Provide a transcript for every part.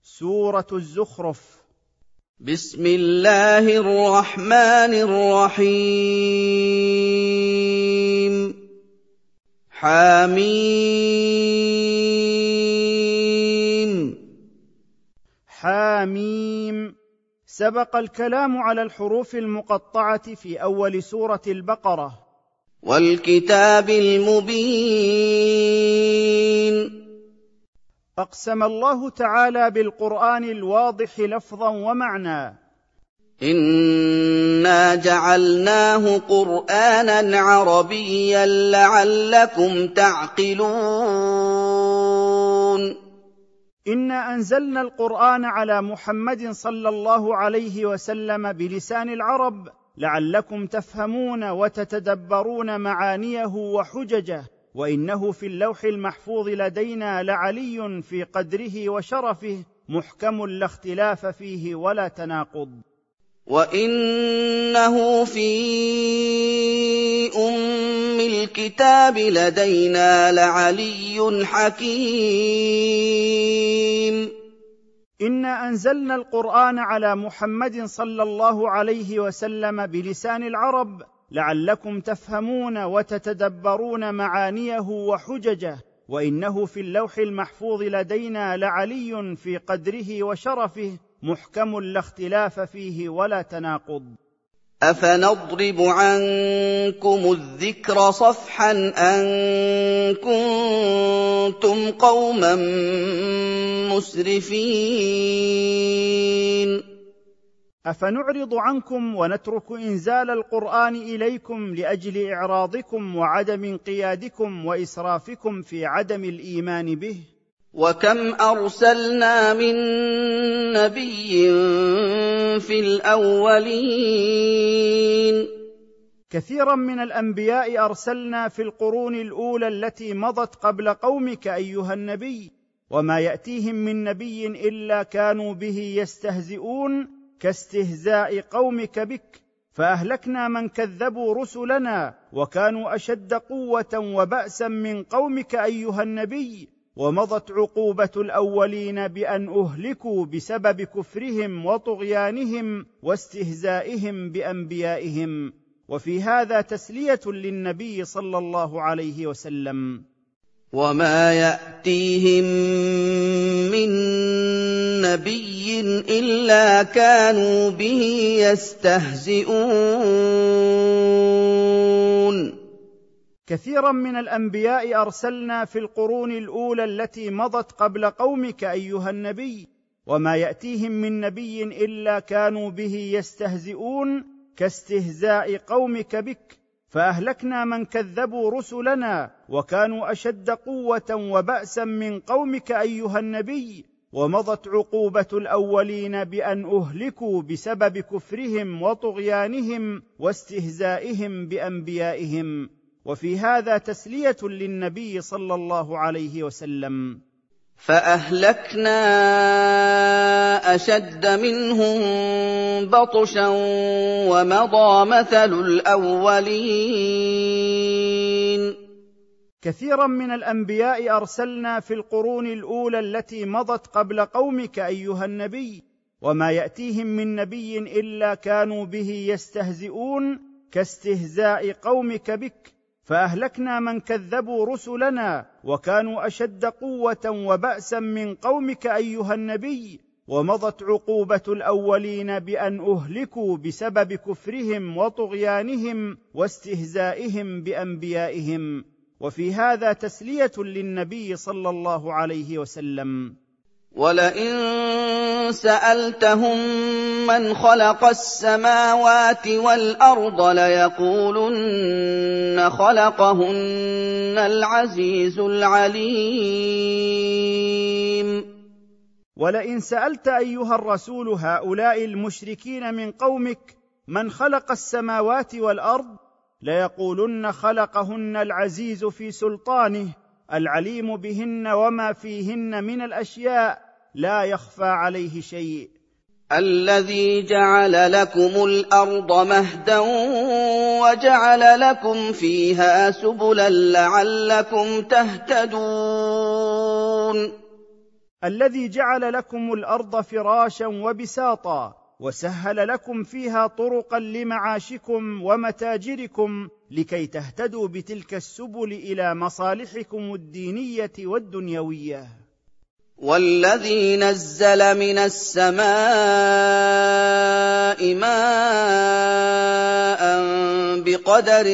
سورة الزخرف. بسم الله الرحمن الرحيم. حميم. حميم. سبق الكلام على الحروف المقطعة في أول سورة البقرة. والكتاب المبين. أقسم الله تعالى بالقرآن الواضح لفظا ومعنى. إنا جعلناه قرآنا عربيا لعلكم تعقلون. إنا أنزلنا القرآن على محمد صلى الله عليه وسلم بلسان العرب لعلكم تفهمون وتتدبرون معانيه وحججه، وإنه في اللوح المحفوظ لدينا لعلي في قدره وشرفه محكم لا اختلاف فيه ولا تناقض. وإنه في أم الكتاب لدينا لعلي حكيم. إنا أنزلنا القرآن على محمد صلى الله عليه وسلم بلسان العرب لعلكم تفهمون وتتدبرون معانيه وحججه، وإنه في اللوح المحفوظ لدينا لعلي في قدره وشرفه محكم لا اختلاف فيه ولا تناقض. أفنضرب عنكم الذكر صفحا أن كنتم قوما مسرفين. أفنعرض عنكم ونترك إنزال القرآن إليكم لأجل إعراضكم وعدم انقيادكم وإسرافكم في عدم الإيمان به؟ وكم أرسلنا من نبي في الأولين. كثيرا من الأنبياء أرسلنا في القرون الأولى التي مضت قبل قومك أيها النبي، وما يأتيهم من نبي إلا كانوا به يستهزئون كاستهزاء قومك بك، فأهلكنا من كذبوا رسلنا وكانوا أشد قوة وبأسا من قومك أيها النبي، ومضت عقوبة الأولين بأن أهلكوا بسبب كفرهم وطغيانهم واستهزائهم بأنبيائهم. وفي هذا تسلية للنبي صلى الله عليه وسلم. وما يأتيهم من نبي إلا كانوا به يستهزئون. كثيرا من الأنبياء أرسلنا في القرون الأولى التي مضت قبل قومك أيها النبي، وما يأتيهم من نبي إلا كانوا به يستهزئون كاستهزاء قومك بك، فأهلكنا من كذبوا رسلنا وكانوا أشد قوة وبأسا من قومك أيها النبي، ومضت عقوبة الأولين بأن أهلكوا بسبب كفرهم وطغيانهم واستهزائهم بأنبيائهم. وفي هذا تسلية للنبي صلى الله عليه وسلم. فأهلكنا أشد منهم بطشا ومضى مثل الأولين. كثيرا من الأنبياء أرسلنا في القرون الأولى التي مضت قبل قومك أيها النبي، وما يأتيهم من نبي إلا كانوا به يستهزئون كاستهزاء قومك بك، فأهلكنا من كذبوا رسلنا وكانوا أشد قوة وبأسا من قومك أيها النبي، ومضت عقوبة الأولين بأن أهلكوا بسبب كفرهم وطغيانهم واستهزائهم بأنبيائهم. وفي هذا تسلية للنبي صلى الله عليه وسلم. ولئن سألتهم من خلق السماوات والأرض ليقولن خلقهن العزيز العليم. ولئن سألت أيها الرسول هؤلاء المشركين من قومك من خلق السماوات والأرض ليقولن خلقهن العزيز في سلطانه العليم بهن وما فيهن من الأشياء لا يخفى عليه شيء. الذي جعل لكم الأرض مهدا وجعل لكم فيها سبلا لعلكم تهتدون. الذي جعل لكم الارض فراشا وبساطا وسهل لكم فيها طرقا لمعاشكم ومتاجركم لكي تهتدوا بتلك السبل الى مصالحكم الدينيه والدنيويه. والذي نزل من السماء ماء بقدر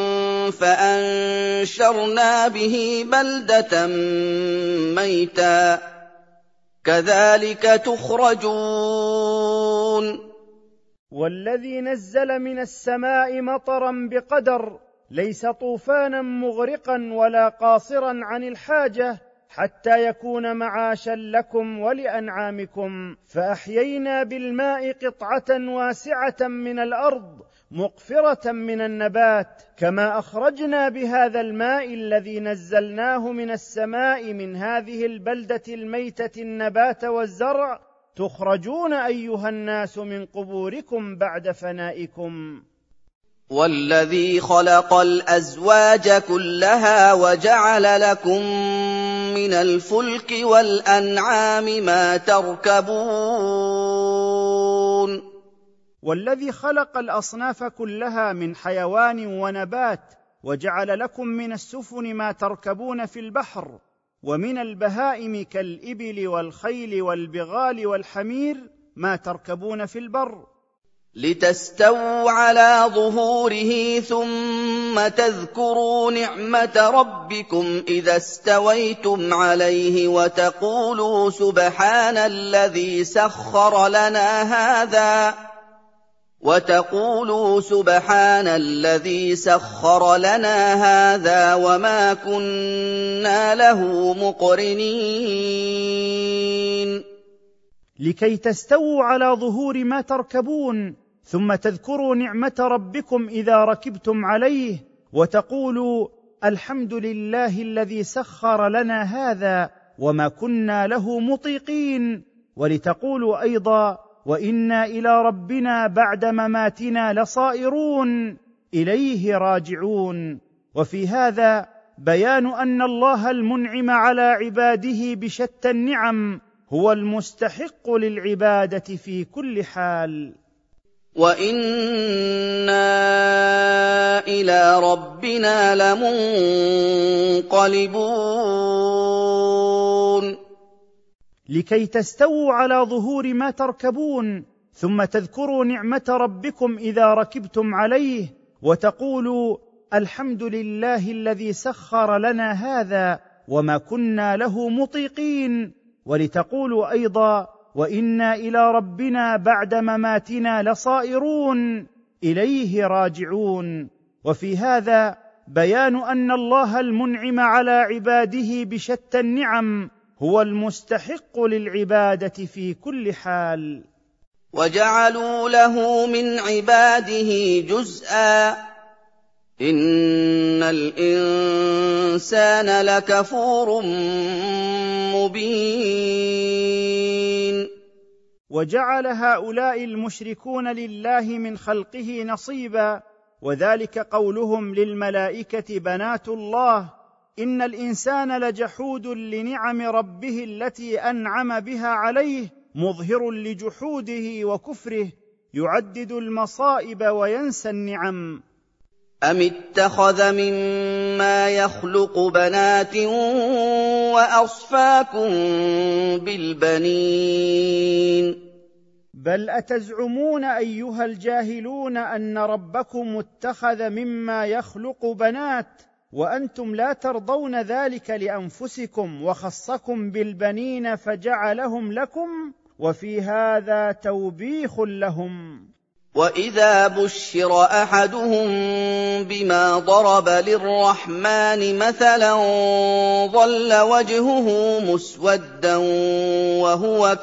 فأنشرنا به بلدة ميتا كذلك تخرجون. والذي نزل من السماء مطرا بقدر، ليس طوفانا مغرقا ولا قاصرا عن الحاجة، حتى يكون معاشا لكم ولأنعامكم، فأحيينا بالماء قطعة واسعة من الأرض مقفرة من النبات، كما أخرجنا بهذا الماء الذي نزلناه من السماء من هذه البلدة الميتة النبات والزرع، تخرجون أيها الناس من قبوركم بعد فنائكم. والذي خلق الأزواج كلها وجعل لكم من الفلك والأنعام ما تركبون. والذي خلق الأصناف كلها من حيوان ونبات وجعل لكم من السفن ما تركبون في البحر، ومن البهائم كالإبل والخيل والبغال والحمير ما تركبون في البر، لتستووا على ظهوره ثم تذكروا نعمة ربكم إذا استويتم عليه وتقولوا سبحان الذي سخر لنا هذا وما كنا له مقرنين. لكي تستووا على ظهور ما تركبون، ثم تذكروا نعمة ربكم إذا ركبتم عليه وتقولوا الحمد لله الذي سخر لنا هذا وما كنا له مطيقين، ولتقولوا أيضا وإنا إلى ربنا بعد مماتنا لصائرون إليه راجعون. وفي هذا بيان أن الله المنعم على عباده بشتى النعم هو المستحق للعبادة في كل حال. وَإِنَّا إِلَىٰ رَبِّنَا لَمُنقَلِبُونَ. لكي تستووا على ظهور ما تركبون، ثم تذكروا نعمة ربكم إذا ركبتم عليه وتقولوا الحمد لله الذي سخر لنا هذا وما كنا له مطيقين، ولتقولوا أيضا وإنا إلى ربنا بعد مماتنا لصائرون إليه راجعون. وفي هذا بيان أن الله المنعم على عباده بشتى النعم هو المستحق للعبادة في كل حال. وَجَعَلُوا لَهُ مِنْ عِبَادِهِ جُزْءًا ۚ إِنَّ الْإِنسَانَ لَكَفُورٌ مُّبِينٌ. وجعل هؤلاء المشركون لله من خلقه نصيبا، وذلك قولهم للملائكة بنات الله: إن الإنسان لجحود لنعم ربه التي أنعم بها عليه، مظهر لجحوده وكفره، يعدد المصائب وينسى النعم. أَمِ اتَّخَذَ مِمَّا يَخْلُقُ بَنَاتٍ وَأَصْفَاكُم بِالْبَنِينَ. بل أتزعمون أيها الجاهلون أن ربكم اتخذ مما يخلق بنات، وأنتم لا ترضون ذلك لأنفسكم وخصكم بالبنين فجعلهم لكم، وفي هذا توبيخ لهم. وَإِذَا بُشِّرَ أَحَدُهُم بِمَا ضَرَبَ لِلرَّحْمَٰنِ مَثَلًا ظَلَّ وَجْهُهُ مُسْوَدًّا وَهُوَ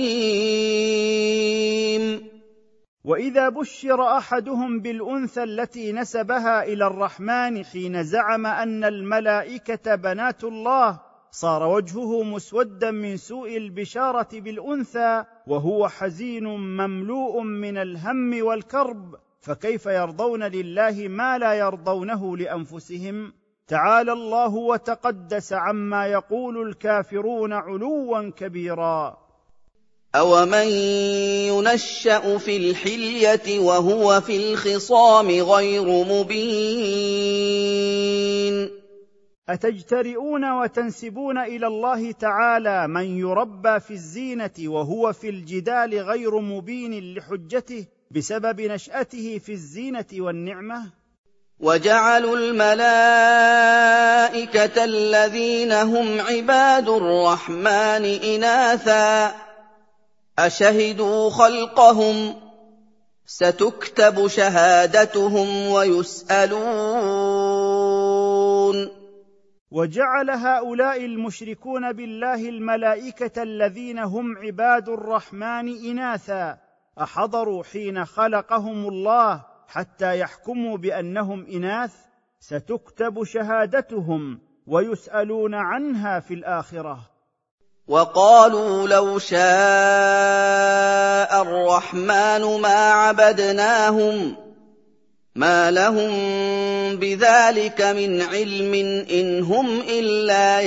كَظِيمٌ. وإذا بشر أحدهم بالأنثى التي نسبها إلى الرحمن حين زعم أن الملائكة بنات الله، صار وجهه مسودا من سوء البشارة بالأنثى وهو حزين مملوء من الهم والكرب، فكيف يرضون لله ما لا يرضونه لأنفسهم؟ تعالى الله وتقدس عما يقول الكافرون علوا كبيرا. أَوَمَن يُنَشَّأُ فِي الْحِلْيَةِ وَهُوَ فِي الْخِصَامِ غَيْرُ مُبِينٍ أتجترئون وتنسبون إلى الله تعالى من يربى في الزينة وهو في الجدال غير مبين لحجته بسبب نشأته في الزينة والنعمة؟ وَجَعَلُوا الْمَلَائِكَةَ الَّذِينَ هُمْ عِبَادُ الرَّحْمَٰنِ إِنَاثًا أَشَهِدُوا خَلْقَهُمْ ۚ سَتُكْتَبُ شَهَادَتُهُمْ وَيُسْأَلُونَ. وجعل هؤلاء المشركون بالله الملائكة الذين هم عباد الرحمن إناثا، أحضروا حين خلقهم الله حتى يحكموا بأنهم إناث؟ ستكتب شهادتهم ويسألون عنها في الآخرة. وَقَالُوا لَوْ شَاءَ الرَّحْمَٰنُ مَا عَبَدْنَاهُم مَّا لَهُم بِذَٰلِكَ مِنْ عِلْمٍ إِنْ هُمْ إِلَّا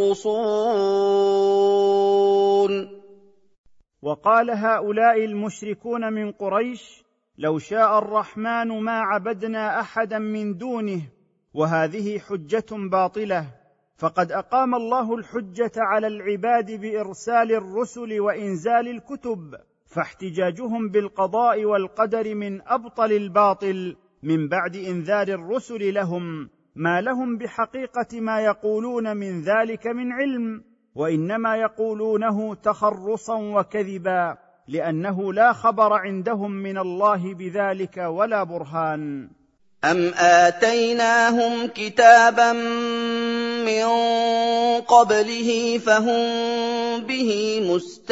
يَخْرُصُونَ. وقال هؤلاء المشركون من قريش: لو شاء الرحمن ما عبدنا أحدا من دونه، وهذه حجة باطلة، فقد أقام الله الحجة على العباد بإرسال الرسل وإنزال الكتب، فاحتجاجهم بالقضاء والقدر من أبطل الباطل من بعد إنذار الرسل لهم ما لهم بحقيقة ما يقولون من ذلك من علم، وإنما يقولونه تخرصا وكذبا، لأنه لا خبر عندهم من الله بذلك ولا برهان. أَمْ آتَيْنَاهُمْ كِتَابًا مِّن قَبْلِهِ فَهُم بِهِ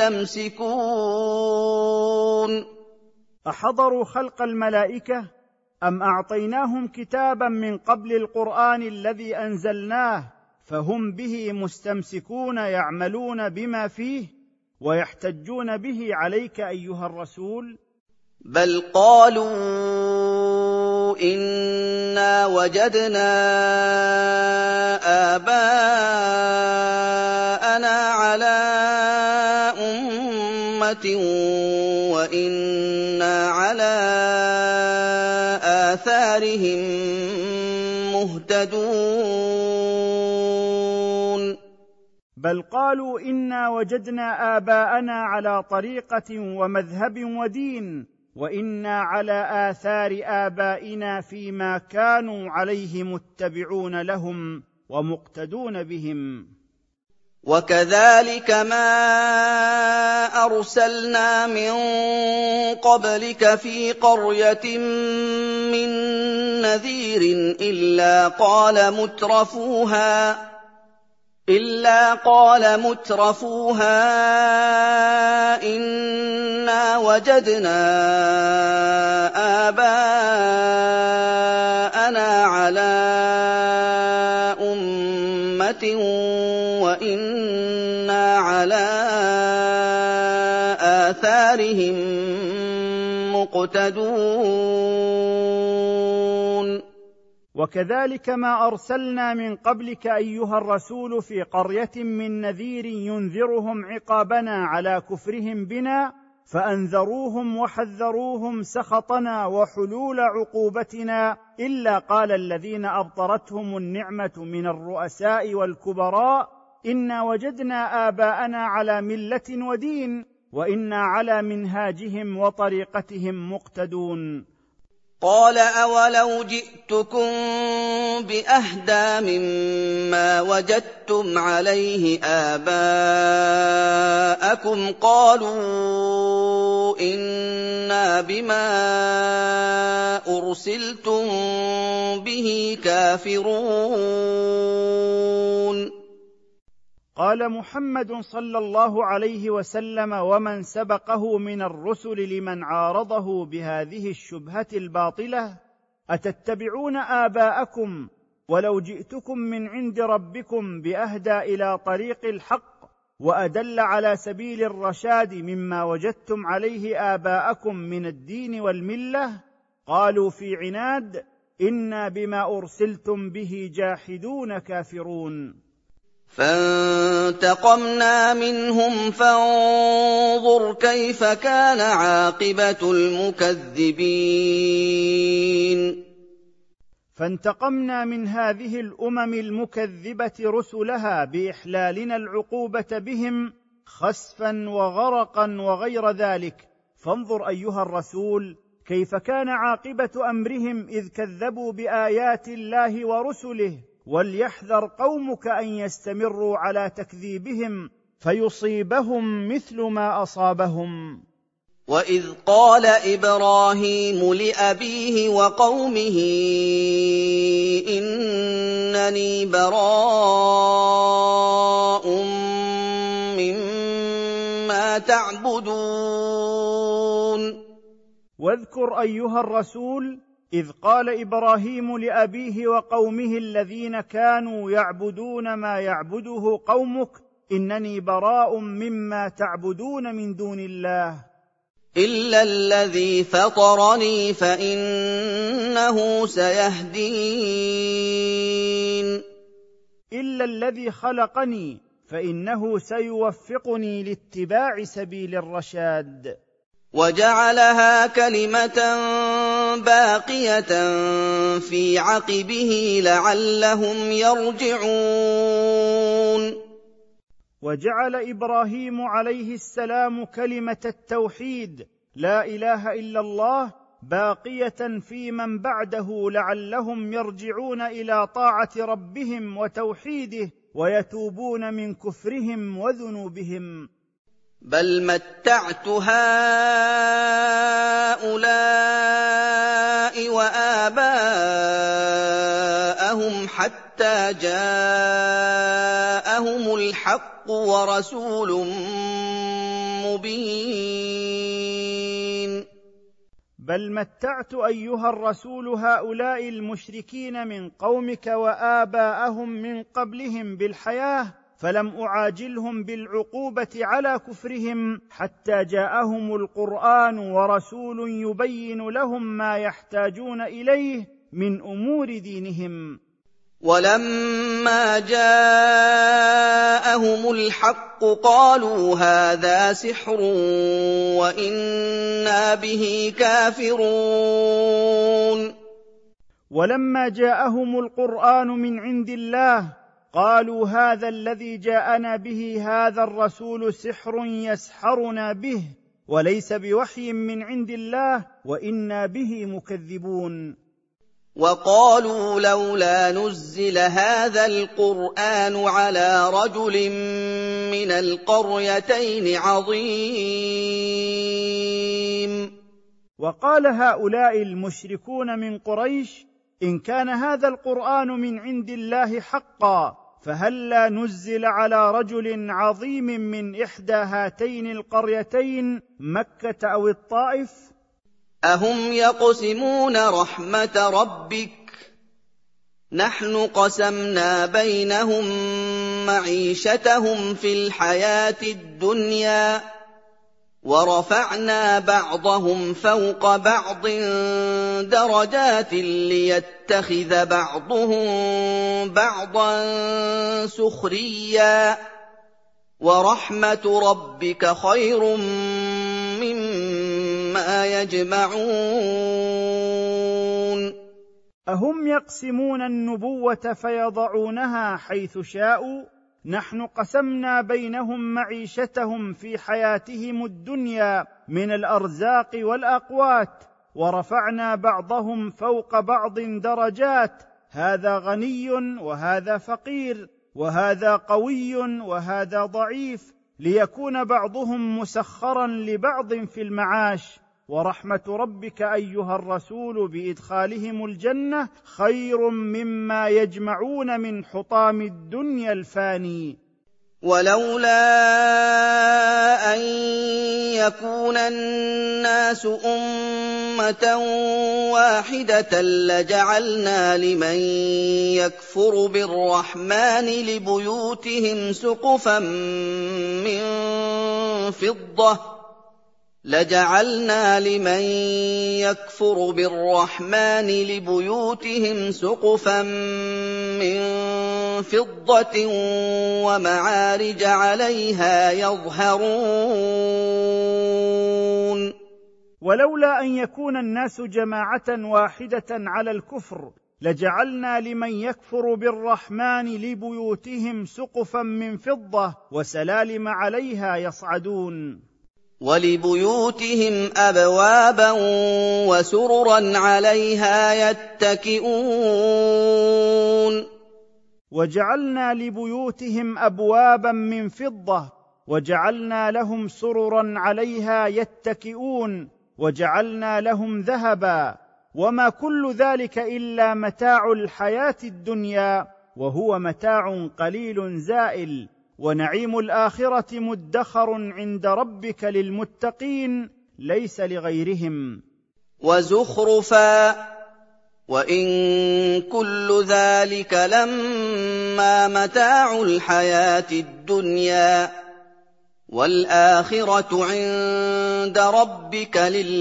مُسْتَمْسِكُونَ. أحضروا خلق الملائكة أم أعطيناهم كتابا من قبل القرآن الذي أنزلناه فهم به مستمسكون، يعملون بما فيه ويحتجون به عليك أيها الرسول؟ بل قالوا إنا وجدنا آباءنا على أمة وإنا على آثارهم مهتدون. بل قالوا إنا وجدنا آباءنا على طريقة ومذهب ودين، وإنا على آثار آبائنا فيما كانوا عليه متبعون لهم ومقتدون بهم. وكذلك ما أرسلنا من قبلك في قرية من نذير إلا قال مترفوها إنا وجدنا آباءنا على أمة وإنا على آثارهم مقتدون. وكذلك ما أرسلنا من قبلك أيها الرسول في قرية من نذير ينذرهم عقابنا على كفرهم بنا، فأنذروهم وحذروهم سخطنا وحلول عقوبتنا، إلا قال الذين أبطرتهم النعمة من الرؤساء والكبراء إنا وجدنا آباءنا على ملة ودين وإنا على منهاجهم وطريقتهم مقتدون. قال أولو جئتكم بأهدى مما وجدتم عليه آباءكم قالوا إنا بما أرسلتم به كافرون. قال محمد صلى الله عليه وسلم ومن سبقه من الرسل لمن عارضه بهذه الشبهة الباطلة: أتتبعون آباءكم ولو جئتكم من عند ربكم بأهدى إلى طريق الحق وأدل على سبيل الرشاد مما وجدتم عليه آباءكم من الدين والملة؟ قالوا في عناد: إنا بما أرسلتم به جاحدون كافرون. فانتقمنا منهم فانظر كيف كان عاقبة المكذبين. فانتقمنا من هذه الأمم المكذبة رسلها بإحلالنا العقوبة بهم خسفا وغرقا وغير ذلك. فانظر أيها الرسول كيف كان عاقبة أمرهم إذ كذبوا بآيات الله ورسله، وليحذر قومك أن يستمروا على تكذيبهم فيصيبهم مثل ما أصابهم. وإذ قال إبراهيم لأبيه وقومه إنني براء مما تعبدون. واذكر أيها الرسول إذ قال إبراهيم لأبيه وقومه الذين كانوا يعبدون ما يعبده قومك إنني براء مما تعبدون من دون الله إلا الذي فطرني فإنه سيهدين. إلا الذي خلقني فإنه سيوفقني لاتباع سبيل الرشاد. وجعلها كلمة باقية في عقبه لعلهم يرجعون. وجعل إبراهيم عليه السلام كلمة التوحيد لا إله إلا الله باقية في من بعده لعلهم يرجعون إلى طاعة ربهم وتوحيده ويتوبون من كفرهم وذنوبهم. بل متعت هؤلاء وآباءهم حتى جاءهم الحق ورسول مبين. بل متعت أيها الرسول هؤلاء المشركين من قومك وآباءهم من قبلهم بالحياة، فلم أعاجلهم بالعقوبة على كفرهم حتى جاءهم القرآن ورسول يبين لهم ما يحتاجون إليه من أمور دينهم. ولما جاءهم الحق قالوا هذا سحر وإنا به كافرون. ولما جاءهم القرآن من عند الله قالوا هذا الذي جاءنا به هذا الرسول سحر يسحرنا به وليس بوحي من عند الله وإنا به مكذبون. وقالوا لولا نزل هذا القرآن على رجل من القريتين عظيم. وقال هؤلاء المشركون من قريش إن كان هذا القرآن من عند الله حقا فهلا نزل على رجل عظيم من إحدى هاتين القريتين مكة أو الطائف. أهم يقسمون رحمة ربك نحن قسمنا بينهم معيشتهم في الحياة الدنيا ورفعنا بعضهم فوق بعض درجات ليتخذ بعضهم بعضا سخريا ورحمة ربك خير مما يجمعون. أهم يقسمون النبوة فيضعونها حيث شاءوا نحن قسمنا بينهم معيشتهم في حياتهم الدنيا من الأرزاق والأقوات ورفعنا بعضهم فوق بعض درجات هذا غني وهذا فقير وهذا قوي وهذا ضعيف ليكون بعضهم مسخرا لبعض في المعاش. ورحمة ربك أيها الرسول بإدخالهم الجنة خير مما يجمعون من حطام الدنيا الفاني. ولولا أن يكون الناس أمة واحدة لجعلنا لمن يكفر بالرحمن لبيوتهم سقفا من فضة لَجَعَلْنَا لِمَن يَكْفُرُ بِالرَّحْمَٰنِ لِبُيُوتِهِمْ سُقُفًا مِّن فِضَّةٍ وَمَعَارِجَ عَلَيْهَا يَظْهَرُونَ ولولا أن يكون الناس جماعة واحدة على الكفر لجعلنا لمن يكفر بالرحمن لبيوتهم سقفا من فضة وسلالم عليها يصعدون وَلِبُيُوتِهِمْ أَبْوَابًا وَسُرُرًا عَلَيْهَا يَتَّكِئُونَ وجعلنا لبيوتهم أبوابا من فضة وجعلنا لهم سررا عليها يتكئون وجعلنا لهم ذهبا وما كل ذلك إلا متاع الحياة الدنيا وهو متاع قليل زائل ونعيم الآخرة مدخر عند ربك للمتقين ليس لغيرهم وزخرفا وإن كل ذلك لما متاع الحياة الدنيا والآخرة عند ربك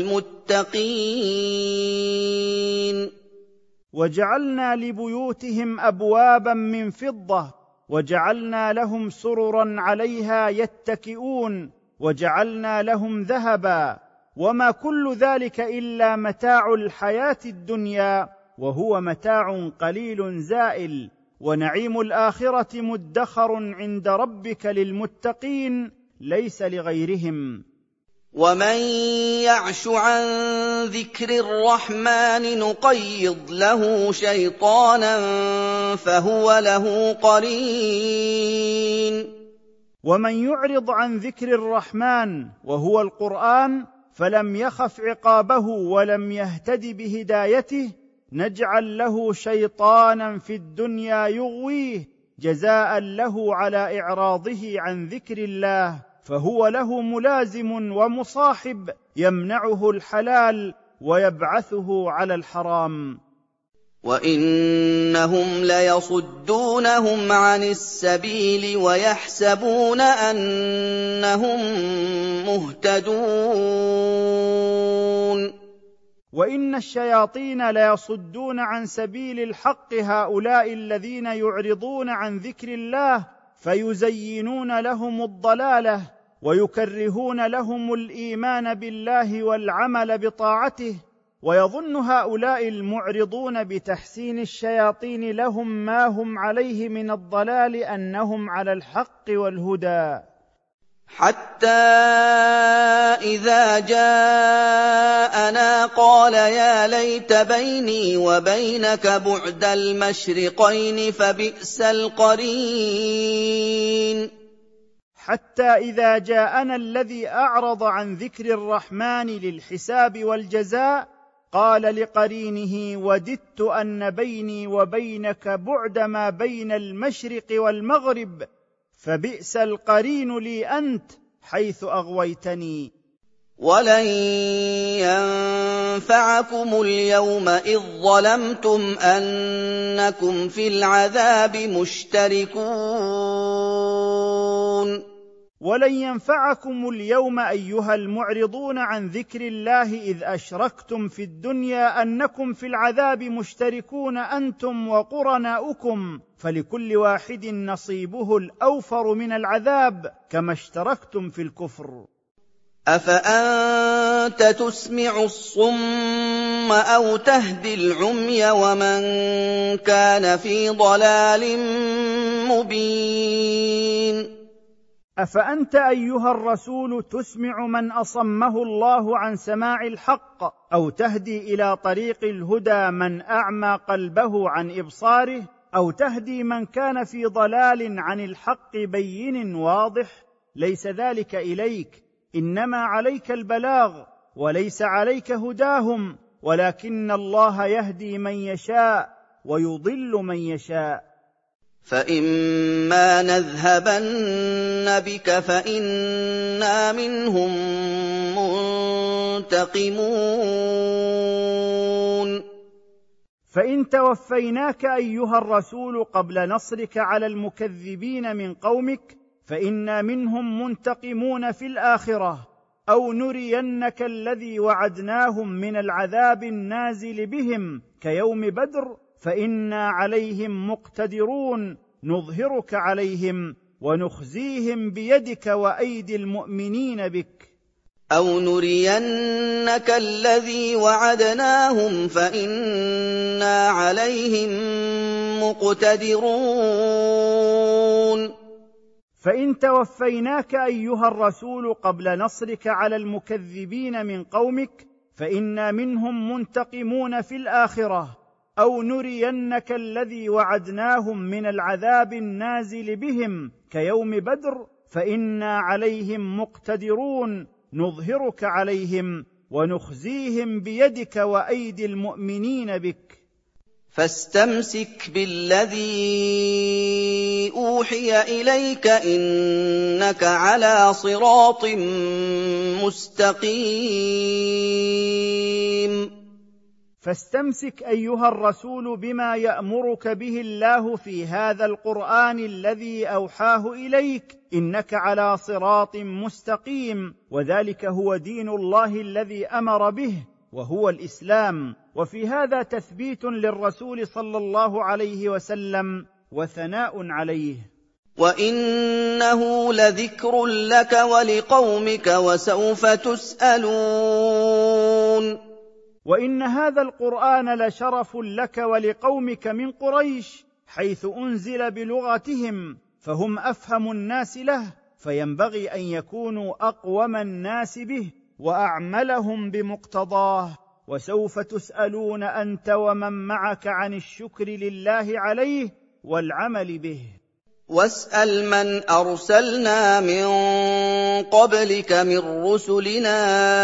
للمتقين وجعلنا لبيوتهم أبوابا من فضة وجعلنا لهم سررا عليها يتكئون وجعلنا لهم ذهبا وما كل ذلك إلا متاع الحياة الدنيا وهو متاع قليل زائل ونعيم الآخرة مدخر عند ربك للمتقين ليس لغيرهم ومن يعش عن ذكر الرحمن نقيض له شيطانا فهو له قرين ومن يعرض عن ذكر الرحمن وهو القرآن فلم يخف عقابه ولم يهتد بهدايته نجعل له شيطانا في الدنيا يغويه جزاء له على إعراضه عن ذكر الله فهو له ملازم ومصاحب يمنعه الحلال ويبعثه على الحرام وإنهم ليصدونهم عن السبيل ويحسبون أنهم مهتدون وإن الشياطين ليصدون عن سبيل الحق هؤلاء الذين يعرضون عن ذكر الله فيزينون لهم الضلالة ويكرهون لهم الإيمان بالله والعمل بطاعته ويظن هؤلاء المعرضون بتحسين الشياطين لهم ما هم عليه من الضلال أنهم على الحق والهدى حتى إذا جاءنا قال يا ليت بيني وبينك بعد المشرقين فبئس القرين حتى إذا جاءنا الذي أعرض عن ذكر الرحمن للحساب والجزاء قال لقرينه وددت أن بيني وبينك بعد ما بين المشرق والمغرب فبئس القرين لي أنت حيث أغويتني ولن ينفعكم اليوم إذ ظلمتم أنكم في العذاب مشتركون ولن ينفعكم اليوم أيها المعرضون عن ذكر الله إذ أشركتم في الدنيا أنكم في العذاب مشتركون أنتم وقرناؤكم فلكل واحد نصيبه الأوفر من العذاب كما اشتركتم في الكفر أفأنت تسمع الصم أو تهدي العمي ومن كان في ضلال مبين أفأنت أيها الرسول تسمع من أصمه الله عن سماع الحق أو تهدي إلى طريق الهدى من أعمى قلبه عن إبصاره أو تهدي من كان في ضلال عن الحق بين واضح ليس ذلك إليك إنما عليك البلاغ وليس عليك هداهم ولكن الله يهدي من يشاء ويضل من يشاء فإما نذهبن بك فإنا منهم منتقمون فإن توفيناك أيها الرسول قبل نصرك على المكذبين من قومك فإنا منهم منتقمون في الآخرة أو نرينك الذي وعدناهم من العذاب النازل بهم كيوم بدر فإنا عليهم مقتدرون نظهرك عليهم ونخزيهم بيدك وأيدي المؤمنين بك. أَوْ نُرِيَنَّكَ الَّذِي وَعَدْنَاهُمْ فَإِنَّا عَلَيْهِم مُّقْتَدِرُونَ. فإن توفيناك أيها الرسول قبل نصرك على المكذبين من قومك فإنا منهم منتقمون في الآخرة. أو نرينك الذي وعدناهم من العذاب النازل بهم كيوم بدر فإنا عليهم مقتدرون نظهرك عليهم ونخزيهم بيدك وأيدي المؤمنين بك. فاستمسك بالذي أوحي إليك إنك على صراط مستقيم. فاستمسك أيها الرسول بما يأمرك به الله في هذا القرآن الذي أوحاه إليك إنك على صراط مستقيم، وذلك هو دين الله الذي أمر به وهو الإسلام. وفي هذا تثبيت للرسول صلى الله عليه وسلم وثناء عليه. وإنه لذكر لك ولقومك وسوف تسألون. وإن هذا القرآن لشرف لك ولقومك من قريش حيث أنزل بلغتهم فهم أفهم الناس له، فينبغي أن يكونوا أقوم الناس به وأعملهم بمقتضاه. وسوف تسألون أنت ومن معك عن الشكر لله عليه والعمل به. واسأل من أرسلنا من قبلك من رسلنا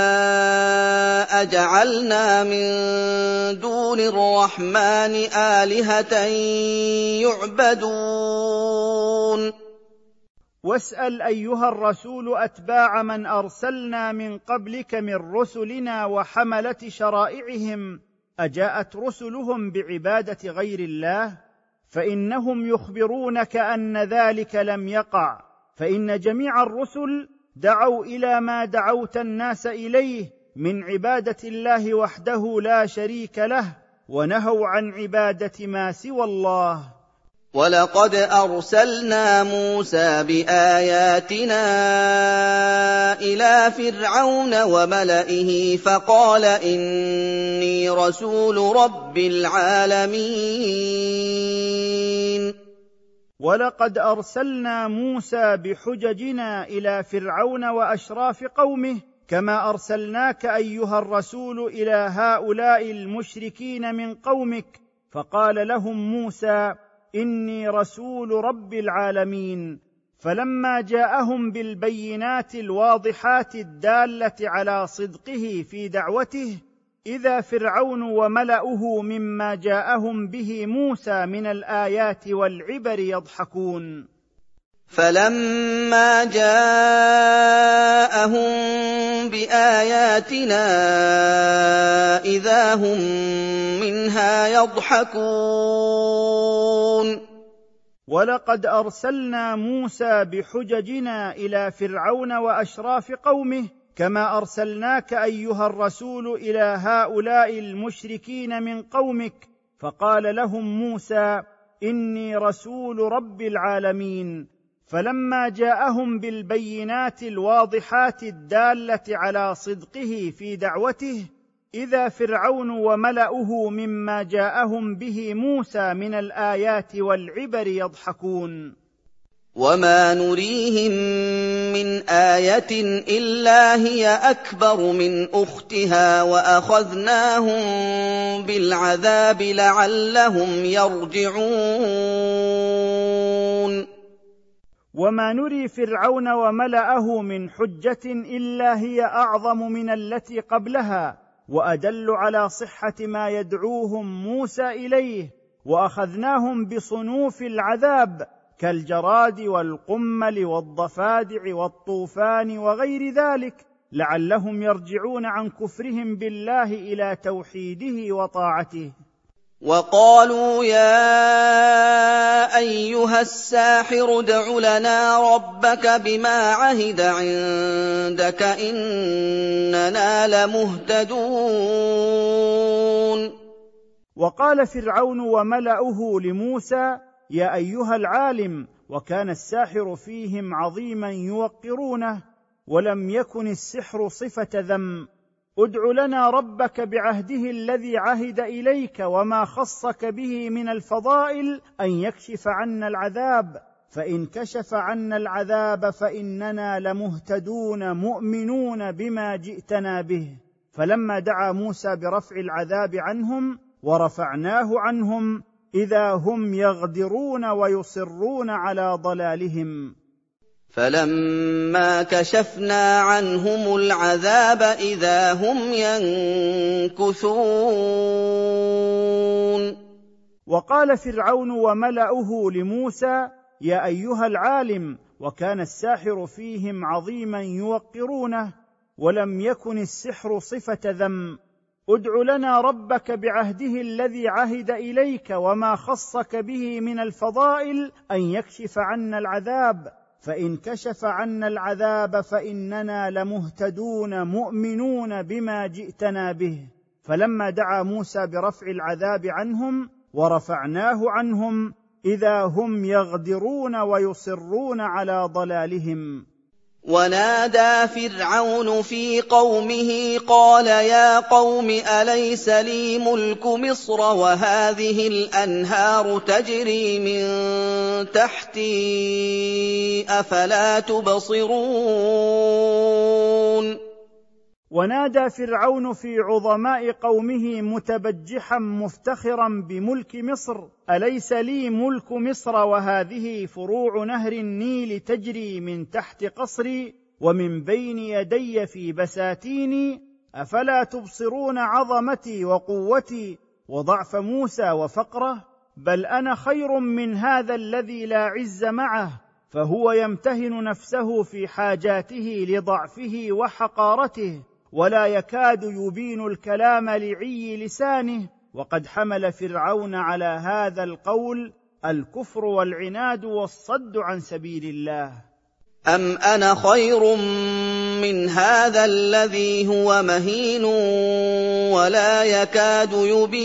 أجعلنا من دون الرحمن آلهة يعبدون. واسأل أيها الرسول أتباع من أرسلنا من قبلك من رسلنا وحملة شرائعهم أجاءت رسلهم بعبادة غير الله؟ فإنهم يخبرونك أن ذلك لم يقع، فإن جميع الرسل دعوا إلى ما دعوت الناس إليه من عبادة الله وحده لا شريك له، ونهوا عن عبادة ما سوى الله. ولقد أرسلنا موسى بآياتنا إلى فرعون وملئه فقال إني رسول رب العالمين. ولقد أرسلنا موسى بحججنا إلى فرعون وأشراف قومه كما أرسلناك أيها الرسول إلى هؤلاء المشركين من قومك، فقال لهم موسى إني رسول رب العالمين. فلما جاءهم بالبينات الواضحات الدالة على صدقه في دعوته إذا فرعون وملأه مما جاءهم به موسى من الآيات والعبر يضحكون. فلما جاءهم بآياتنا إذا هم منها يضحكون. ولقد أرسلنا موسى بحججنا إلى فرعون وأشراف قومه كما أرسلناك أيها الرسول إلى هؤلاء المشركين من قومك، فقال لهم موسى إني رسول رب العالمين. فلما جاءهم بالبينات الواضحات الدالة على صدقه في دعوته إذا فرعون وملأه مما جاءهم به موسى من الآيات والعبر يضحكون. وما نريهم من آية إلا هي أكبر من أختها وأخذناهم بالعذاب لعلهم يرجعون. وما نري فرعون وملأه من حجة إلا هي أعظم من التي قبلها وأدل على صحة ما يدعوهم موسى إليه، وأخذناهم بصنوف العذاب كالجراد والقمل والضفادع والطوفان وغير ذلك لعلهم يرجعون عن كفرهم بالله إلى توحيده وطاعته. وقالوا يا أيها الساحر ادع لنا ربك بما عهد عندك إننا لمهتدون. وقال فرعون وملأه لموسى يا أيها العالم، وكان الساحر فيهم عظيما يوقرونه، ولم يكن السحر صفة ذم، ادع لنا ربك بعهده الذي عهد إليك وما خصك به من الفضائل أن يكشف عنا العذاب، فإن كشف عنا العذاب فإننا لمهتدون مؤمنون بما جئتنا به. فلما دعا موسى برفع العذاب عنهم ورفعناه عنهم إذا هم يغدرون ويصرون على ضلالهم. فلما كشفنا عنهم العذاب إذا هم ينكثون. وقال فرعون وملأه لموسى يا أيها العالم، وكان الساحر فيهم عظيما يوقرونه، ولم يكن السحر صفة ذم، ادع لنا ربك بعهده الذي عهد إليك وما خصك به من الفضائل أن يكشف عنا العذاب، فإن كشف عنا العذاب فإننا لمهتدون مؤمنون بما جئتنا به. فلما دعا موسى برفع العذاب عنهم ورفعناه عنهم إذا هم يغدرون ويصرون على ضلالهم. ونادى فرعون في قومه قال يا قوم أليس لي ملك مصر وهذه الأنهار تجري من تحتي أفلا تبصرون. ونادى فرعون في عظماء قومه متبجحا مفتخرا بملك مصر أليس لي ملك مصر وهذه فروع نهر النيل تجري من تحت قصري ومن بين يدي في بساتيني أفلا تبصرون عظمتي وقوتي وضعف موسى وفقره. بل أنا خير من هذا الذي لا عز معه، فهو يمتهن نفسه في حاجاته لضعفه وحقارته، ولا يكاد يبين الكلام لعي لسانه. وقد حمل فرعون على هذا القول الكفر والعناد والصد عن سبيل الله. أم أنا خير من هذا الذي هو مهين ولا يكاد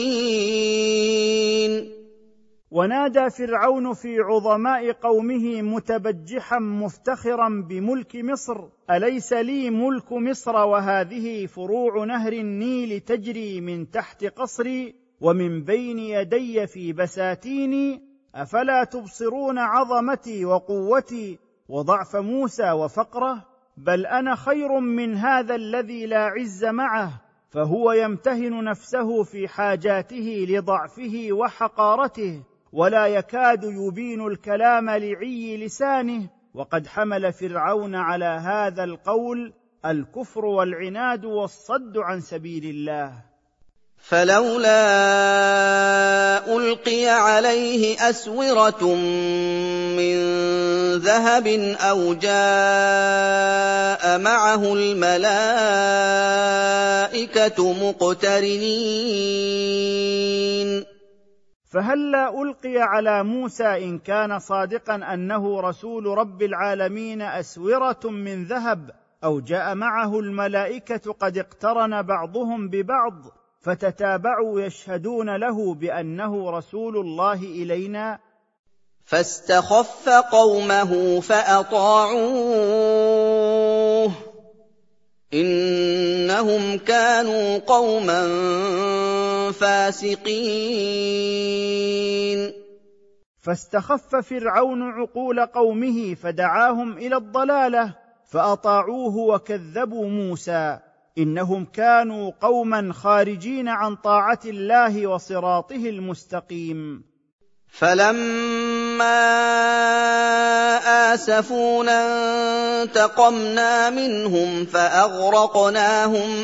يبين. ونادى فرعون في عظماء قومه متبجحا مفتخرا بملك مصر أليس لي ملك مصر وهذه فروع نهر النيل تجري من تحت قصري ومن بين يدي في بساتيني أفلا تبصرون عظمتي وقوتي وضعف موسى وفقره. بل أنا خير من هذا الذي لا عز معه، فهو يمتهن نفسه في حاجاته لضعفه وحقارته، ولا يكاد يبين الكلام لعي لسانه. وقد حمل فرعون على هذا القول الكفر والعناد والصد عن سبيل الله. فلولا ألقي عليه أسورة من ذهب أو جاء معه الملائكة مقترنين. فهلا ألقي على موسى إن كان صادقا أنه رسول رب العالمين أسورة من ذهب، أو جاء معه الملائكة قد اقترن بعضهم ببعض فتتابعوا يشهدون له بأنه رسول الله إلينا. فاستخف قومه فأطاعوه إنهم كانوا قوما فاسقين. فاستخف فرعون عقول قومه فدعاهم إلى الضلالة فأطاعوه وكذبوا موسى، إنهم كانوا قوما خارجين عن طاعة الله وصراطه المستقيم. فلما آسفونا انتقمنا منهم فأغرقناهم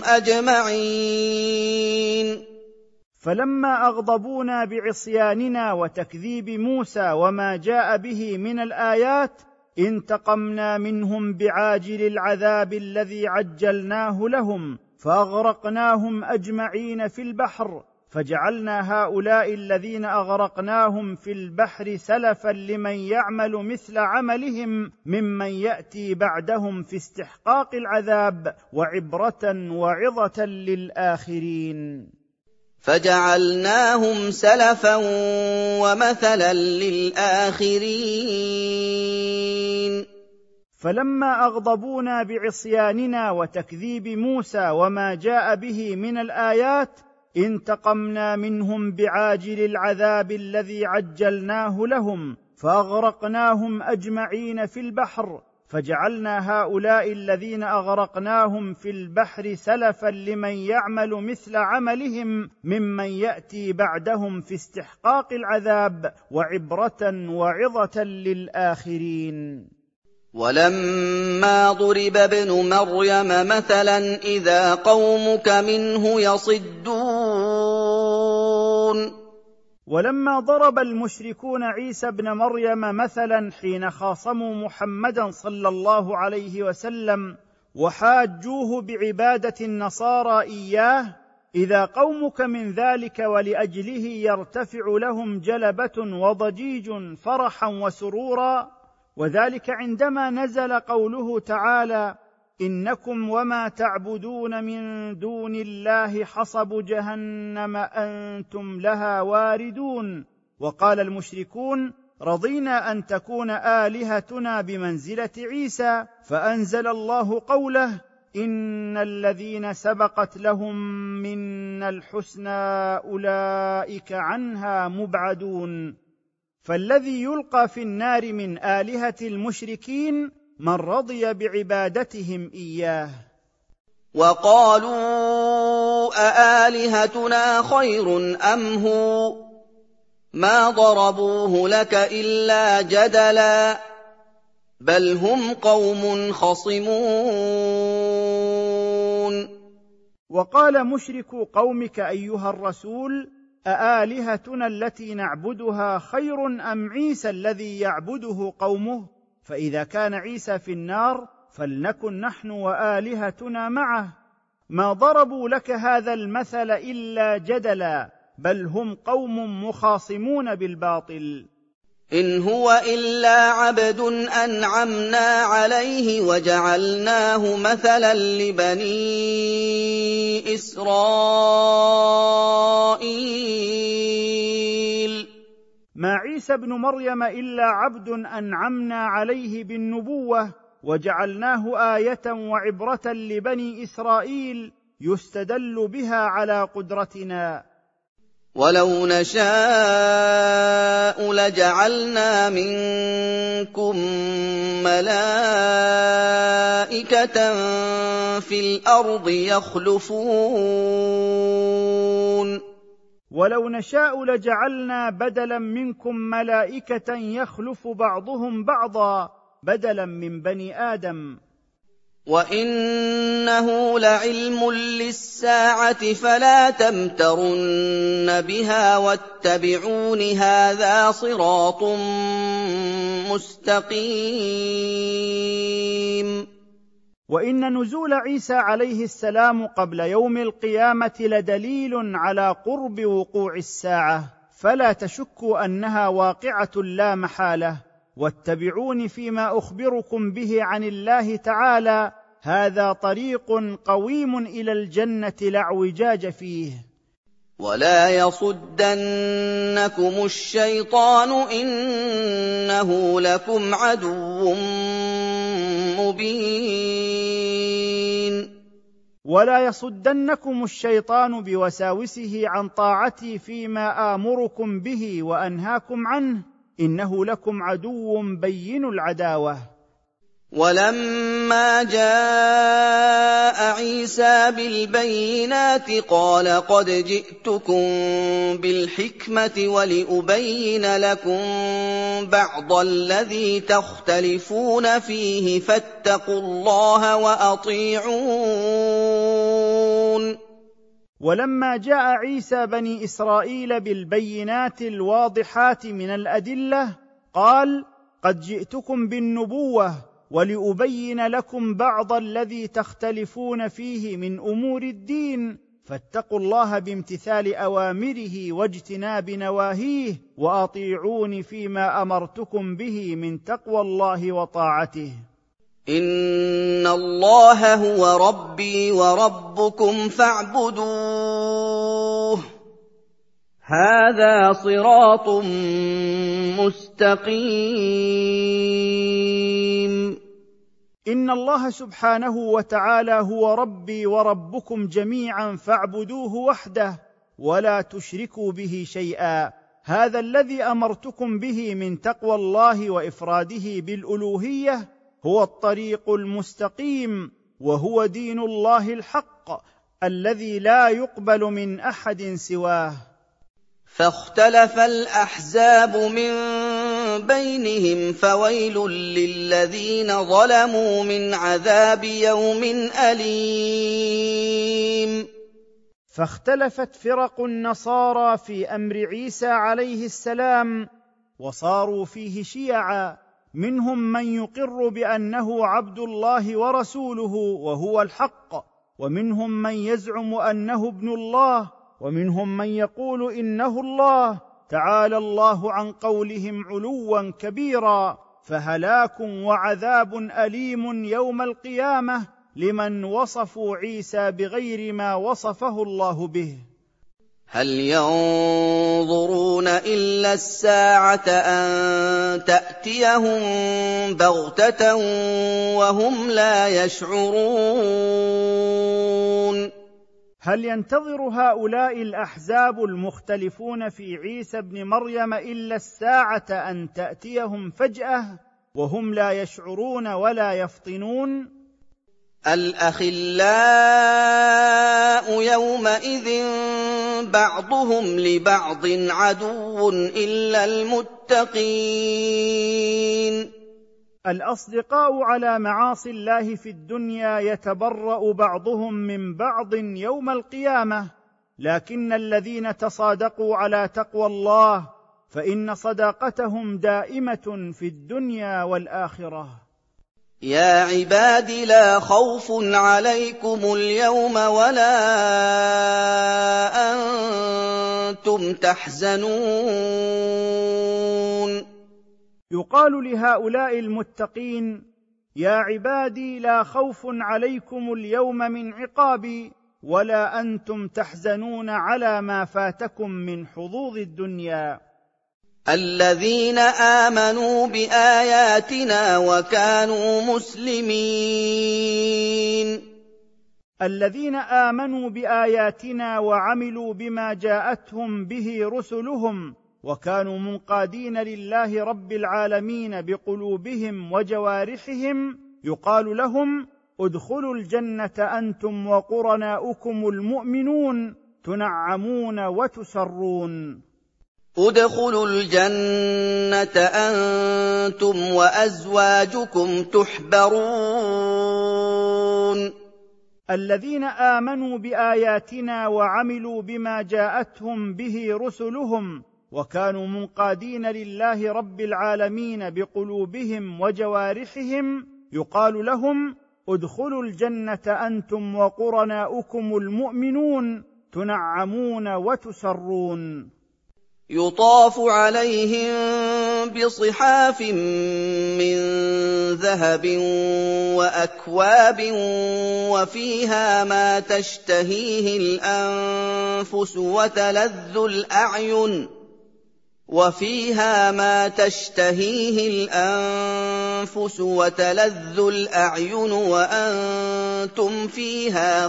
أجمعين. فلما أغضبونا بعصياننا وتكذيب موسى وما جاء به من الآيات انتقمنا منهم بعاجل العذاب الذي عجلناه لهم فأغرقناهم أجمعين في البحر، فجعلنا هؤلاء الذين أغرقناهم في البحر سلفا لمن يعمل مثل عملهم ممن يأتي بعدهم في استحقاق العذاب وعبرة وعظة للآخرين. فجعلناهم سلفا ومثلا للآخرين. فلما أغضبونا بعصياننا وتكذيب موسى وما جاء به من الآيات انتقمنا منهم بعاجل العذاب الذي عجلناه لهم فأغرقناهم أجمعين في البحر. فجعلنا هؤلاء الذين أغرقناهم في البحر سلفا لمن يعمل مثل عملهم ممن يأتي بعدهم في استحقاق العذاب وعبرة وعظة للآخرين. ولما ضرب ابن مريم مثلا إذا قومك منه يصدون. ولما ضرب المشركون عيسى ابن مريم مثلا حين خاصموا محمدا صلى الله عليه وسلم وحاجوه بعبادة النصارى إياه، إذا قومك من ذلك ولأجله يرتفع لهم جلبة وضجيج فرحا وسرورا، وذلك عندما نزل قوله تعالى: إنكم وما تعبدون من دون الله حصب جهنم أنتم لها واردون. وقال المشركون: رضينا أن تكون آلهتنا بمنزلة عيسى، فأنزل الله قوله: إن الذين سبقت لهم منا الحسنى أولئك عنها مبعدون. فالذي يلقى في النار من آلهة المشركين من رضي بعبادتهم إياه. وقالوا أآلهتنا خير أم هو ما ضربوه لك إلا جدلا بل هم قوم خصمون. وقال مشركو قومك أيها الرسول: أآلهتنا التي نعبدها خير أم عيسى الذي يعبده قومه؟ فإذا كان عيسى في النار فلنكن نحن وآلهتنا معه. ما ضربوا لك هذا المثل إلا جدلا بل هم قوم مخاصمون بالباطل. إن هو إلا عبد أنعمنا عليه وجعلناه مثلا لبني إسرائيل. ما عيسى ابن مريم إلا عبد أنعمنا عليه بالنبوة وجعلناه آية وعبرة لبني إسرائيل يستدل بها على قدرتنا. ولو نشاء لجعلنا منكم ملائكة في الأرض يخلفون. ولو نشاء لجعلنا بدلا منكم ملائكة يخلف بعضهم بعضا بدلا من بني آدم. وإنه لعلم للساعة فلا تمترن بها واتبعون هذا صراط مستقيم. وإن نزول عيسى عليه السلام قبل يوم القيامة لدليل على قرب وقوع الساعة، فلا تشكوا أنها واقعة لا محالة، واتبعون فيما أخبركم به عن الله تعالى، هذا طريق قويم إلى الجنة لا اعوجاج فيه. ولا يصدنكم الشيطان إنه لكم عدو مبين. ولا يصدنكم الشيطان بوساوسه عن طاعتي فيما آمركم به وأنهاكم عنه، إنه لكم عدو بين العداوة. ولما جاء عيسى بالبينات قال قد جئتكم بالحكمة ولأبين لكم بعض الذي تختلفون فيه فاتقوا الله وأطيعون. ولما جاء عيسى بني إسرائيل بالبينات الواضحات من الأدلة قال قد جئتكم بالنبوة ولأبين لكم بعض الذي تختلفون فيه من أمور الدين فاتقوا الله بامتثال اوامره واجتناب نواهيه، واطيعون فيما امرتكم به من تقوى الله وطاعته. إن الله هو ربي وربكم فاعبدوه هذا صراط مستقيم. إن الله سبحانه وتعالى هو ربي وربكم جميعا فاعبدوه وحده ولا تشركوا به شيئا، هذا الذي أمرتكم به من تقوى الله وإفراده بالألوهية هو الطريق المستقيم، وهو دين الله الحق الذي لا يقبل من أحد سواه. فاختلف الأحزاب من بينهم فويل للذين ظلموا من عذاب يوم أليم. فاختلفت فرق النصارى في أمر عيسى عليه السلام، وصاروا فيه شيعا، منهم من يقر بأنه عبد الله ورسوله وهو الحق، ومنهم من يزعم أنه ابن الله، ومنهم من يقول إنه الله، تعالى الله عن قولهم علوا كبيرا. فهلاك وعذاب أليم يوم القيامة لمن وصفوا عيسى بغير ما وصفه الله به. هل ينظرون إلا الساعة أن تأتيهم بغتة وهم لا يشعرون؟ هل ينتظر هؤلاء الأحزاب المختلفون في عيسى ابن مريم إلا الساعة أن تأتيهم فجأة وهم لا يشعرون ولا يفطنون؟ الأخلاء يومئذ بعضهم لبعض عدو إلا المتقين. الأصدقاء على معاصي الله في الدنيا يتبرأ بعضهم من بعض يوم القيامة، لكن الذين تصادقوا على تقوى الله فإن صداقتهم دائمة في الدنيا والآخرة. يا عباد لا خوف عليكم اليوم ولا أنتم تحزنون. يقال لهؤلاء المتقين: يا عبادي لا خوف عليكم اليوم من عقابي ولا أنتم تحزنون على ما فاتكم من حظوظ الدنيا. الذين آمنوا بآياتنا وكانوا مسلمين. الذين آمنوا بآياتنا وعملوا بما جاءتهم به رسلهم وكانوا منقادين لله رب العالمين بقلوبهم وجوارحهم، يقال لهم: ادخلوا الجنة أنتم وقرناؤكم المؤمنون تنعمون وتسرون. ادخلوا الجنة أنتم وأزواجكم تحبرون. الذين آمنوا بآياتنا وعملوا بما جاءتهم به رسلهم وكانوا منقادين لله رب العالمين بقلوبهم وجوارحهم، يقال لهم: ادخلوا الجنة أنتم وقرناؤكم المؤمنون تنعمون وتسرون. يطاف عليهم بصحاف من ذهب وأكواب وفيها ما تشتهيه الأنفس وتلذ الأعين وأنتم فيها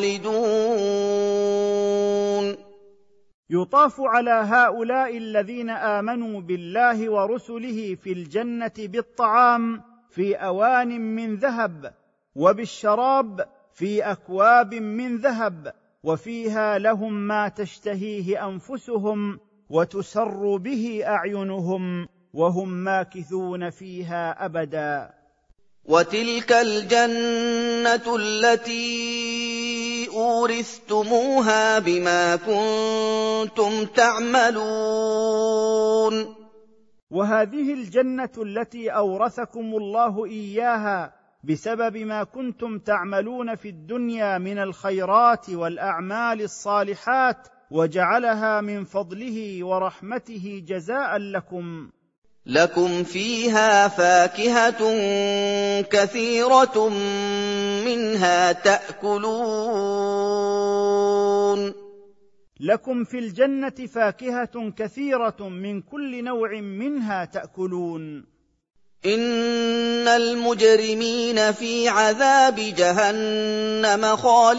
خالدون. يطاف على هؤلاء الذين آمنوا بالله ورسله في الجنة بالطعام في أوان من ذهب، وبالشراب في أكواب من ذهب، وفيها لهم ما تشتهيه أنفسهم وتسر به أعينهم، وهم ماكثون فيها أبدا. وتلك الجنة التي أورثتموها بما كنتم تعملون. وهذه الجنة التي أورثكم الله إياها بسبب ما كنتم تعملون في الدنيا من الخيرات والاعمال الصالحات، وجعلها من فضله ورحمته جزاء لكم. لكم فيها فاكهة كثيرة منها تأكلون. لكم في الجنة فاكهة كثيرة من كل نوع منها تأكلون. إن المجرمين في عذاب جهنم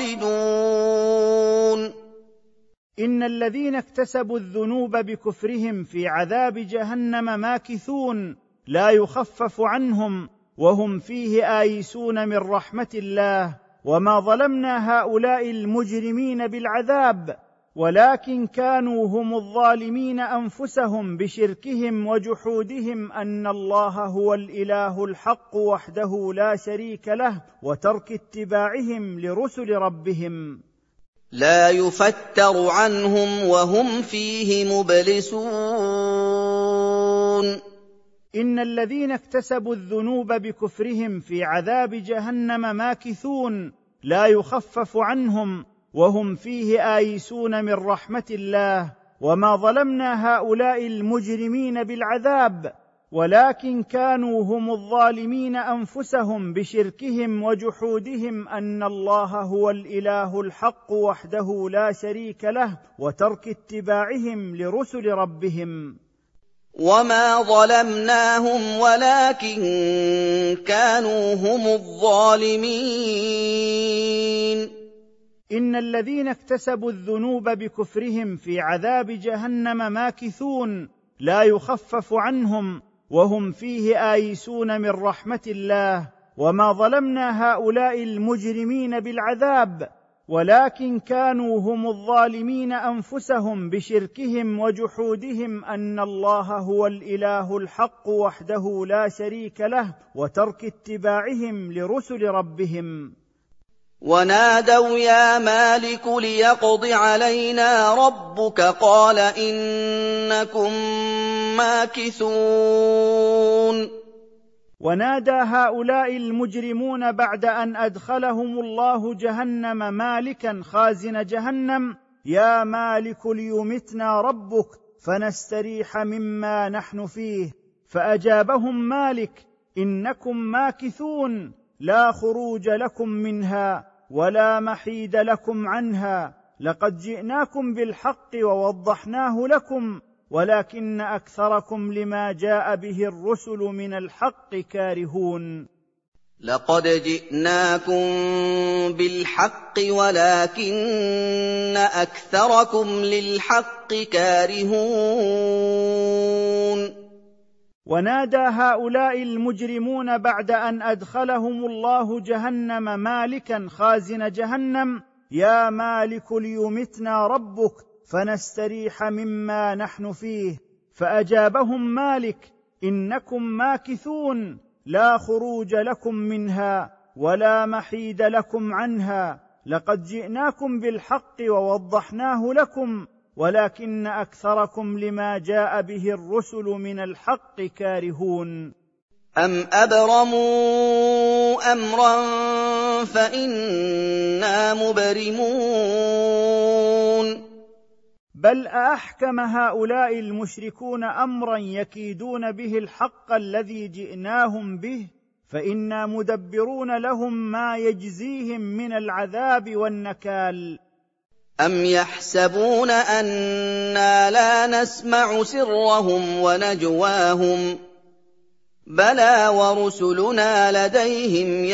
خالدون. إن الذين اكتسبوا الذنوب بكفرهم في عذاب جهنم ماكثون، لا يخفف عنهم وهم فيه آيسون من رحمة الله. وما ظلمنا هؤلاء المجرمين بالعذاب، ولكن كانوا هم الظالمين أنفسهم بشركهم وجحودهم أن الله هو الإله الحق وحده لا شريك له، وترك اتباعهم لرسل ربهم. لا يفتر عنهم وهم فيه مبلسون. إن الذين اكتسبوا الذنوب بكفرهم في عذاب جهنم ماكثون، لا يخفف عنهم وهم فيه آيسون من رحمة الله. وما ظلمنا هؤلاء المجرمين بالعذاب، ولكن كانوا هم الظالمين أنفسهم بشركهم وجحودهم أن الله هو الإله الحق وحده لا شريك له، وترك اتباعهم لرسل ربهم. وما ظلمناهم ولكن كانوا هم الظالمين. إن الذين اكتسبوا الذنوب بكفرهم في عذاب جهنم ماكثون، لا يخفف عنهم وهم فيه آيسون من رحمة الله. وما ظلمنا هؤلاء المجرمين بالعذاب، ولكن كانوا هم الظالمين أنفسهم بشركهم وجحودهم أن الله هو الإله الحق وحده لا شريك له، وترك اتباعهم لرسل ربهم. ونادوا يا مالك ليقض علينا ربك قال إنكم ماكثون. ونادى هؤلاء المجرمون بعد أن أدخلهم الله جهنم مالكا خازن جهنم: يا مالك ليمتنا ربك فنستريح مما نحن فيه. فأجابهم مالك: إنكم ماكثون، لا خروج لكم منها ولا محيد لكم عنها، لقد جئناكم بالحق ووضحناه لكم، ولكن أكثركم لما جاء به الرسل من الحق كارهون. لقد جئناكم بالحق ولكن أكثركم للحق كارهون. ونادى هؤلاء المجرمون بعد أن أدخلهم الله جهنم مالكا خازن جهنم: يا مالك ليمتنا ربك فنستريح مما نحن فيه. فأجابهم مالك: إنكم ماكثون، لا خروج لكم منها ولا محيد لكم عنها، لقد جئناكم بالحق ووضحناه لكم، ولكن أكثركم لما جاء به الرسل من الحق كارهون. أم أبرموا أمرا فإنا مبرمون. بل أحكم هؤلاء المشركون أمرا يكيدون به الحق الذي جئناهم به، فإنا مدبرون لهم ما يجزيهم من العذاب والنكال. أم يحسبون أنا لا نسمع سرهم ونجواهم بلى ورسلنا لديهم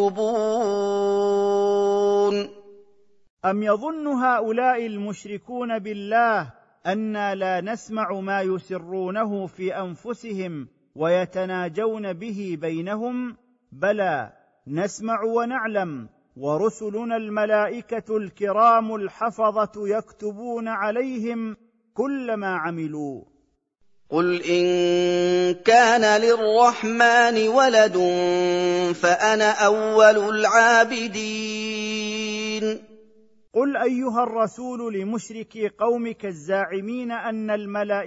يكتبون. أم يظن هؤلاء المشركون بالله أنا لا نسمع ما يسرونه في أنفسهم ويتناجون به بينهم؟ بلى، نسمع ونعلم، ورسلنا الملائكة الكرام الحفظة يكتبون عليهم كل ما عملوا. قل إن كان للرحمن ولد فأنا أول العابدين. قل أيها الرسول لمشركي قومك الزاعمين أن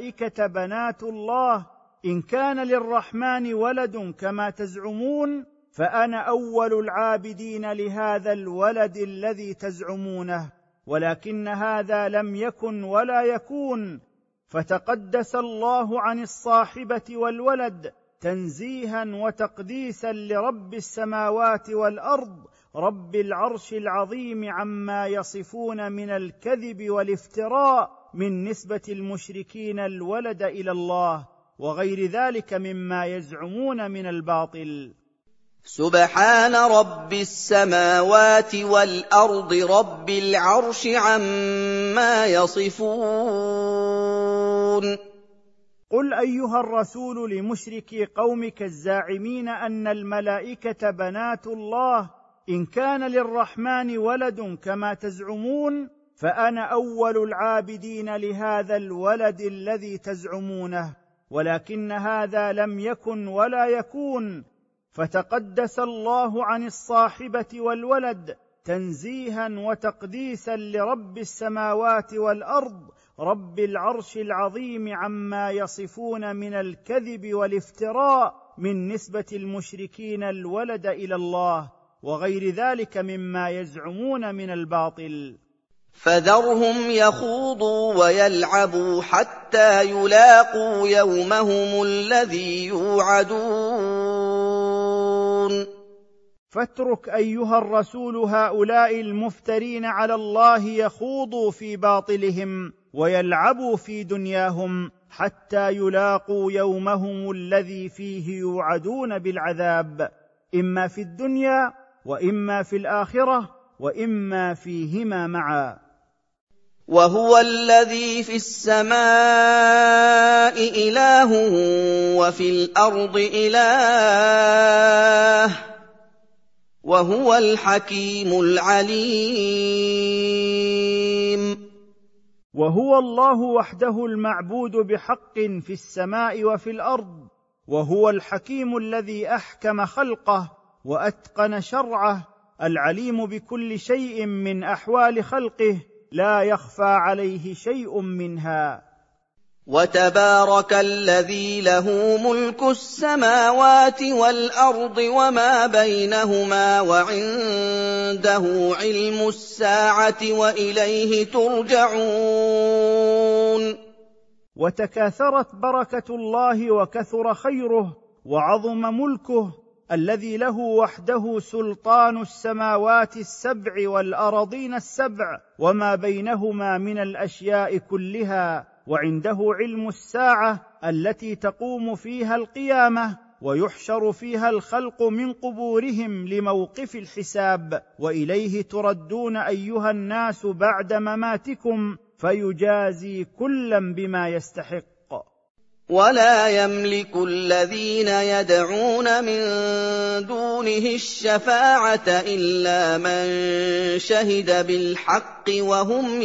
الملائكة بنات الله: إن كان للرحمن ولد كما تزعمون فأنا أول العابدين لهذا الولد الذي تزعمونه، ولكن هذا لم يكن ولا يكون، فتقدس الله عن الصاحبة والولد تنزيها وتقديسا لرب السماوات والأرض رب العرش العظيم عما يصفون من الكذب والافتراء من نسبة المشركين الولد إلى الله وغير ذلك مما يزعمون من الباطل. سبحان رب السماوات والأرض رب العرش عما يصفون. قل أيها الرسول لمشركي قومك الزاعمين أن الملائكة بنات الله إن كان للرحمن ولد كما تزعمون، فأنا أول العابدين لهذا الولد الذي تزعمونه، ولكن هذا لم يكن ولا يكون، فتقدس الله عن الصاحبة والولد تنزيها وتقديسا لرب السماوات والأرض رب العرش العظيم عما يصفون من الكذب والافتراء من نسبة المشركين الولد إلى الله وغير ذلك مما يزعمون من الباطل. فذرهم يخوضوا ويلعبوا حتى يلاقوا يومهم الذي يوعدون. فاترك أيها الرسول هؤلاء المفترين على الله يخوضوا في باطلهم ويلعبوا في دنياهم حتى يلاقوا يومهم الذي فيه يوعدون بالعذاب، إما في الدنيا وإما في الآخرة وإما فيهما معا. وهو الذي في السماء إله وفي الأرض إله وهو الحكيم العليم. وهو الله وحده المعبود بحق في السماء وفي الأرض، وهو الحكيم الذي أحكم خلقه وأتقن شرعه، العليم بكل شيء من أحوال خلقه لا يخفى عليه شيء منها. وتبارك الذي له ملك السماوات والأرض وما بينهما وعنده علم الساعة وإليه ترجعون. وتكاثرت بركة الله وكثر خيره وعظم ملكه الذي له وحده سلطان السماوات السبع والأراضين السبع وما بينهما من الأشياء كلها، وعنده علم الساعة التي تقوم فيها القيامة ويحشر فيها الخلق من قبورهم لموقف الحساب، وإليه تردون أيها الناس بعد مماتكم فيجازي كلا بما يستحق. ولا يملك الذين يدعون من دونه الشفاعة إلا من شهد بالحق وهم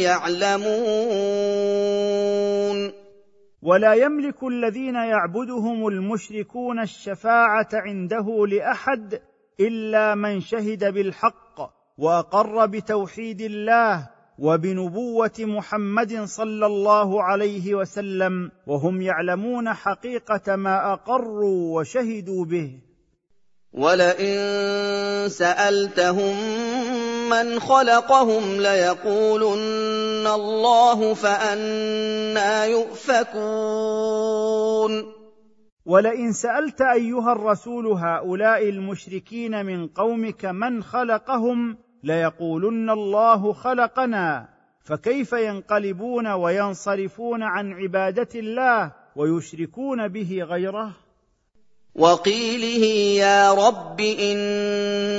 يعلمون. ولا يملك الذين يعبدهم المشركون الشفاعة عنده لأحد إلا من شهد بالحق وأقر بتوحيد الله وبنبوة محمد صلى الله عليه وسلم، وهم يعلمون حقيقة ما أقروا وشهدوا به. ولئن سألتهم من خلقهم ليقولن الله فأنى يؤفكون. ولئن سألت أيها الرسول هؤلاء المشركين من قومك من خلقهم ليقولن الله خلقنا، فكيف ينقلبون وينصرفون عن عبادة الله ويشركون به غيره؟ وقيله يا رب إن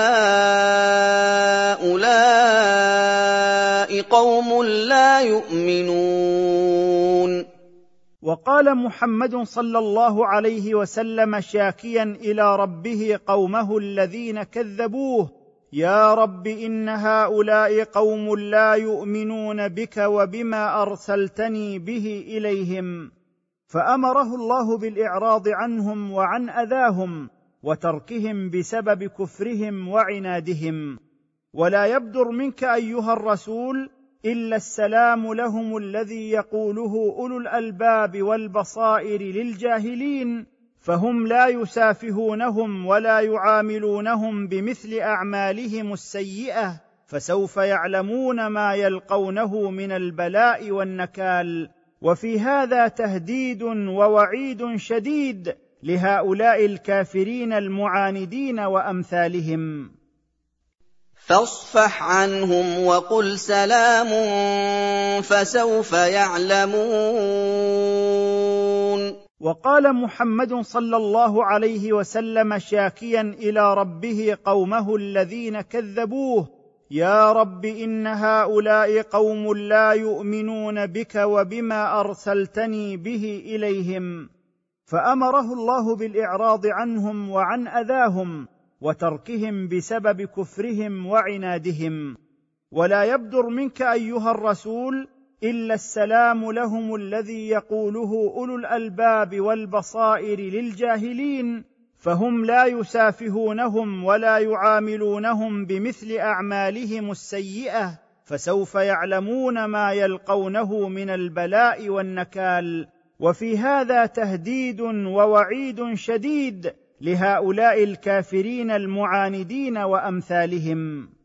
هؤلاء قوم لا يؤمنون. وقال محمد صلى الله عليه وسلم شاكيا إلى ربه قومه الذين كذبوه: يا رب إن هؤلاء قوم لا يؤمنون بك وبما أرسلتني به إليهم. فأمره الله بالإعراض عنهم وعن أذاهم وتركهم بسبب كفرهم وعنادهم. ولا يبدر منك أيها الرسول إلا السلام لهم الذي يقوله أولو الألباب والبصائر للجاهلين فهم لا يسافهونهم ولا يعاملونهم بمثل اعمالهم السيئه، فسوف يعلمون ما يلقونه من البلاء والنكال. وفي هذا تهديد ووعيد شديد لهؤلاء الكافرين المعاندين وامثالهم. فاصفح عنهم وقل سلام فسوف يعلمون. وقال محمد صلى الله عليه وسلم شاكيا الى ربه قومه الذين كذبوه: يا رب إن هؤلاء قوم لا يؤمنون بك وبما أرسلتني به إليهم. فأمره الله بالإعراض عنهم وعن أذاهم وتركهم بسبب كفرهم وعنادهم. ولا يبدر منك أيها الرسول إلا السلام لهم الذي يقوله أولو الألباب والبصائر للجاهلين، فهم لا يسافهونهم ولا يعاملونهم بمثل اعمالهم السيئه، فسوف يعلمون ما يلقونه من البلاء والنكال. وفي هذا تهديد ووعيد شديد لهؤلاء الكافرين المعاندين وامثالهم.